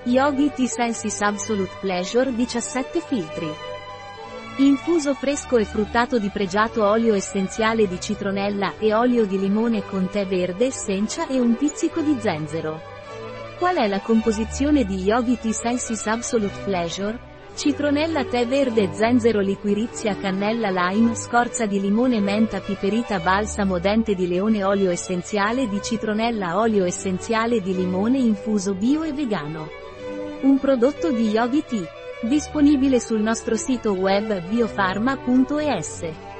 Yogi Tea Senses Absolute Pleasure 17 filtri. Infuso fresco e fruttato di pregiato olio essenziale di citronella e olio di limone con tè verde, sencha e un pizzico di zenzero. Qual è la composizione di Yogi Tea Senses Absolute Pleasure? Citronella, tè verde, zenzero, liquirizia, cannella, lime, scorza di limone, menta, piperita, balsamo, dente di leone, olio essenziale di citronella, olio essenziale di limone infuso bio e vegano. Un prodotto di Yogi Tea. Disponibile sul nostro sito web biofarma.es.